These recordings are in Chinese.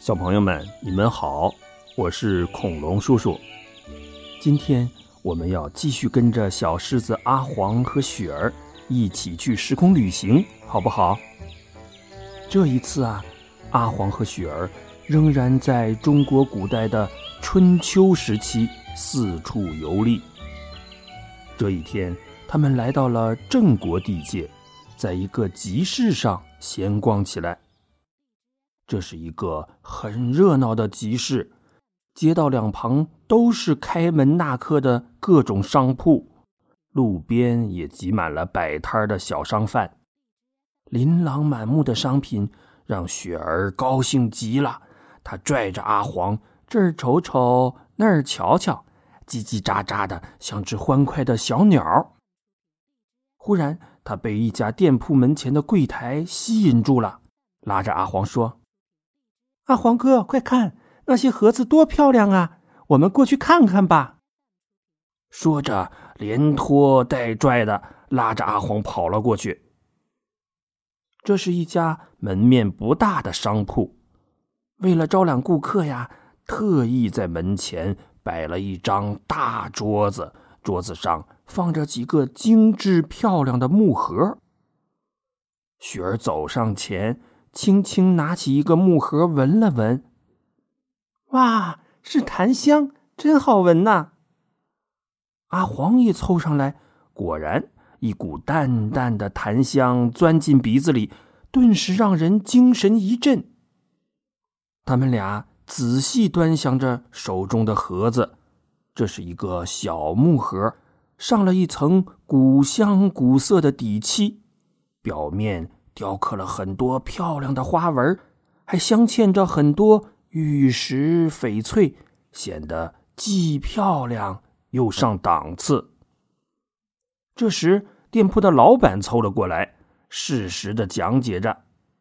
小朋友们，你们好，我是恐龙叔叔。今天我们要继续跟着小狮子阿黄和雪儿一起去时空旅行，好不好？这一次啊，阿黄和雪儿仍然在中国古代的春秋时期四处游历。这一天，他们来到了郑国地界，在一个集市上闲逛起来。这是一个很热闹的集市，街道两旁都是开门纳客的各种商铺，路边也挤满了摆摊的小商贩。琳琅满目的商品让雪儿高兴极了，她拽着阿黄这儿瞅瞅那儿瞧瞧，叽叽喳喳的像只欢快的小鸟。忽然她被一家店铺门前的柜台吸引住了，拉着阿黄说：阿黄哥，快看，那些盒子多漂亮啊，我们过去看看吧。说着连拖带拽的拉着阿黄跑了过去。这是一家门面不大的商铺，为了招揽顾客呀，特意在门前摆了一张大桌子，桌子上放着几个精致漂亮的木盒。雪儿走上前，轻轻拿起一个木盒闻了闻，哇，是檀香，真好闻呐！阿黄也凑上来，果然一股淡淡的檀香钻进鼻子里，顿时让人精神一振。他们俩仔细端详着手中的盒子，这是一个小木盒，上了一层古香古色的底漆，表面雕刻了很多漂亮的花纹，还镶嵌着很多玉石翡翠，显得既漂亮又上档次。这时店铺的老板凑了过来，适时地讲解着：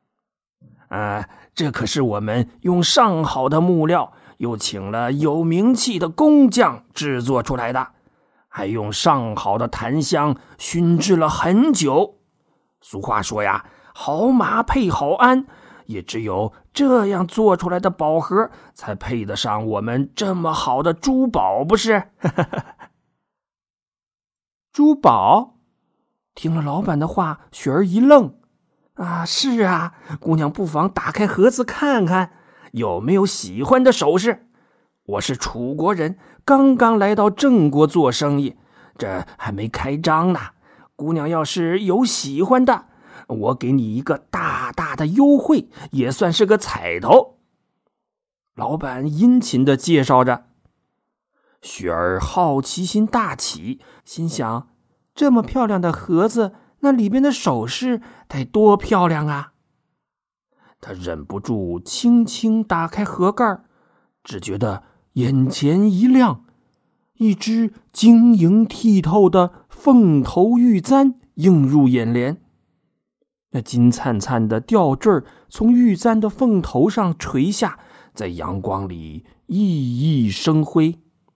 这可是我们用上好的木料，又请了有名气的工匠制作出来的，还用上好的檀香熏制了很久。俗话说呀，好马配好鞍，也只有这样做出来的宝盒才配得上我们这么好的珠宝，不是？珠宝？听了老板的话，雪儿一愣。是啊，姑娘不妨打开盒子看看，有没有喜欢的首饰。我是楚国人，刚刚来到郑国做生意，这还没开张呢。姑娘要是有喜欢的，我给你一个大大的优惠，也算是个彩头。老板殷勤地介绍着。雪儿好奇心大起，心想，这么漂亮的盒子，那里边的首饰得多漂亮啊！他忍不住轻轻打开盒盖，只觉得眼前一亮，一只晶莹剔透的凤头玉簪映入眼帘。那金灿灿的吊坠从玉簪的凤头上垂下，在阳光里熠熠生辉。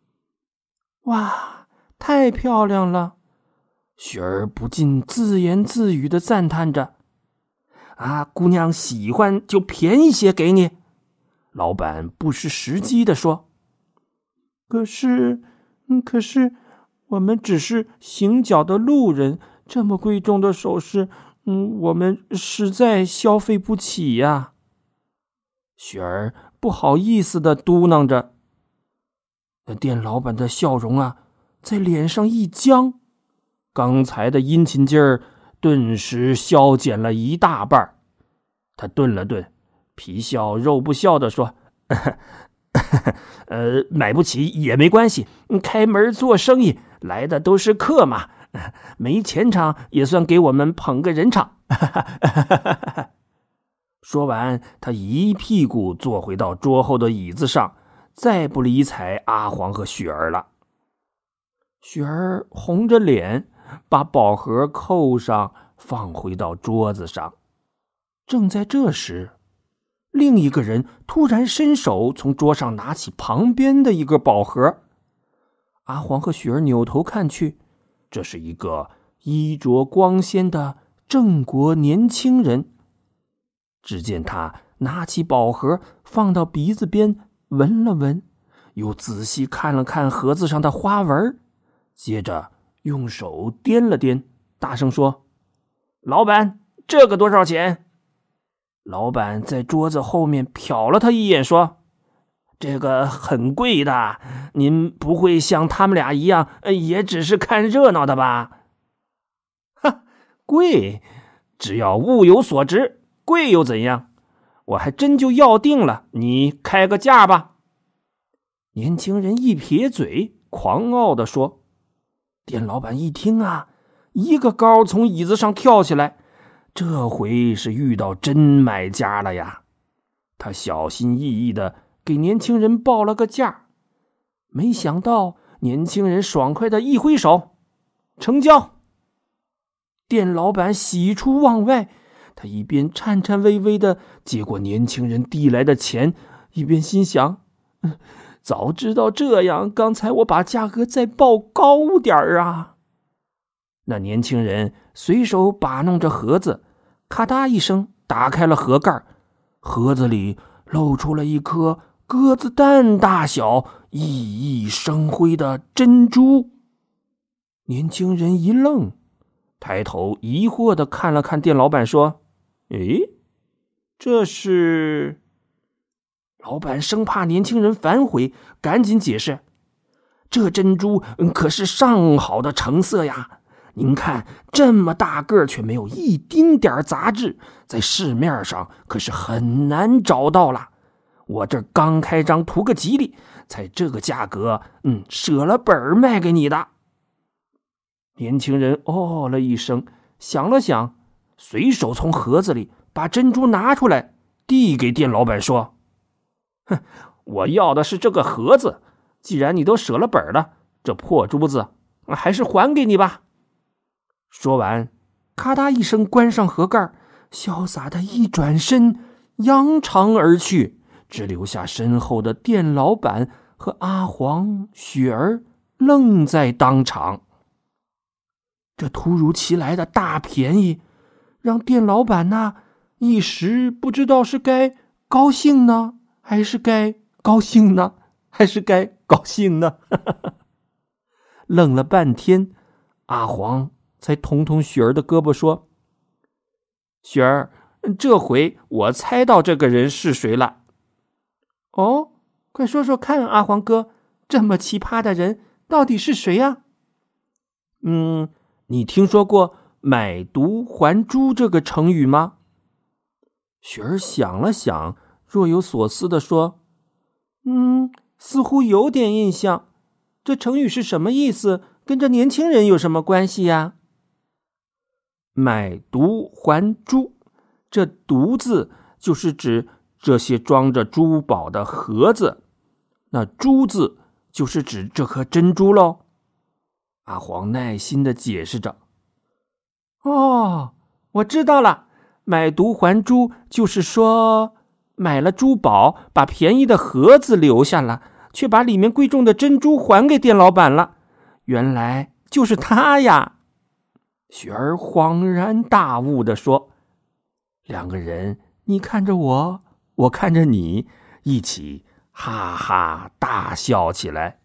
哇，太漂亮了！雪儿不禁自言自语地赞叹着。姑娘喜欢就便宜些给你。老板不失时机地说。可是我们只是行脚的路人，这么贵重的首饰，我们实在消费不起呀。雪儿不好意思地嘟囔着。那店老板的笑容在脸上一僵，刚才的殷勤劲儿顿时消减了一大半。他顿了顿，皮笑肉不笑地说：买不起也没关系，开门做生意来的都是客嘛，没钱场也算给我们捧个人场。说完，他一屁股坐回到桌后的椅子上，再不理睬阿黄和雪儿了。雪儿红着脸把宝盒扣上，放回到桌子上。正在这时，另一个人突然伸手从桌上拿起旁边的一个宝盒。阿黄和雪儿扭头看去，这是一个衣着光鲜的郑国年轻人。只见他拿起宝盒放到鼻子边闻了闻，又仔细看了看盒子上的花纹，接着用手掂了掂，大声说：“老板，这个多少钱？”老板在桌子后面瞟了他一眼，说：“这个很贵的，您不会像他们俩一样，也只是看热闹的吧？”“哈，贵，只要物有所值，贵又怎样？我还真就要定了，你开个价吧。”年轻人一撇嘴，狂傲地说。店老板一听啊，一个高从椅子上跳起来，这回是遇到真买家了呀。他小心翼翼地给年轻人报了个价，没想到年轻人爽快地一挥手，成交。店老板喜出望外，他一边颤颤巍巍地接过年轻人递来的钱，一边心想：早知道这样，刚才我把价格再报高点啊。那年轻人随手把弄着盒子，咔嗒一声打开了盒盖，盒子里露出了一颗鸽子蛋大小、熠熠生辉的珍珠。年轻人一愣，抬头疑惑地看了看店老板，说：“诶，这是……”老板生怕年轻人反悔，赶紧解释：“这珍珠可是上好的成色呀，您看这么大个却没有一丁点杂质，在市面上可是很难找到了。我这刚开张图个吉利，才这个价格，舍了本卖给你的。”年轻人哦了一声，想了想，随手从盒子里把珍珠拿出来，递给店老板说：“哼，我要的是这个盒子，既然你都舍了本了，这破珠子还是还给你吧。”说完，咔嗒一声关上盒盖，潇洒的一转身，扬长而去，只留下身后的店老板和阿黄、雪儿愣在当场。这突如其来的大便宜，让店老板一时不知道是该高兴呢，还是该高兴呢，还是该高兴呢？愣了半天，阿黄才捅捅雪儿的胳膊说：“雪儿，这回我猜到这个人是谁了。”“哦，快说说看，阿黄哥，这么奇葩的人到底是谁呀？”“你听说过买椟还珠这个成语吗？”雪儿想了想，若有所思地说：“似乎有点印象。这成语是什么意思？跟这年轻人有什么关系呀？”“买椟还珠，这椟字就是指这些装着珠宝的盒子，那珠字就是指这颗珍珠喽。”阿黄耐心地解释着。“哦，我知道了，买椟还珠就是说买了珠宝，把便宜的盒子留下了，却把里面贵重的珍珠还给店老板了。原来就是他呀。”雪儿恍然大悟地说。两个人你看着我，我看着你，一起哈哈大笑起来。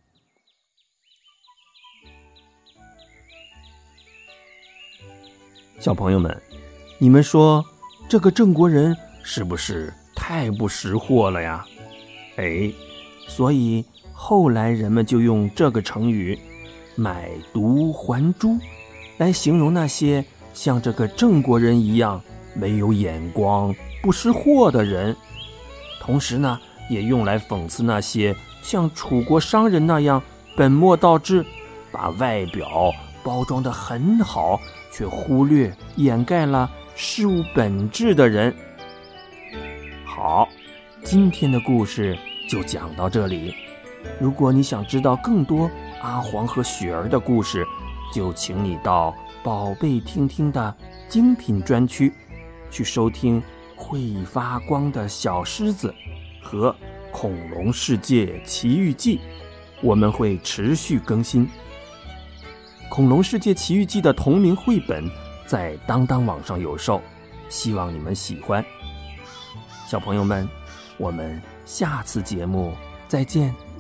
小朋友们，你们说这个郑国人是不是太不识货了呀？所以后来人们就用这个成语买椟还珠来形容那些像这个郑国人一样没有眼光、不识货的人，同时呢，也用来讽刺那些像楚国商人那样本末倒置，把外表包装得很好，却忽略掩盖了事物本质的人。好，今天的故事就讲到这里。如果你想知道更多阿黄和雪儿的故事，就请你到宝贝听听的精品专区去收听会发光的小狮子和恐龙世界奇遇记，我们会持续更新。恐龙世界奇遇记的同名绘本在当当网上有售，希望你们喜欢。 小朋友们，我们下次节目再见。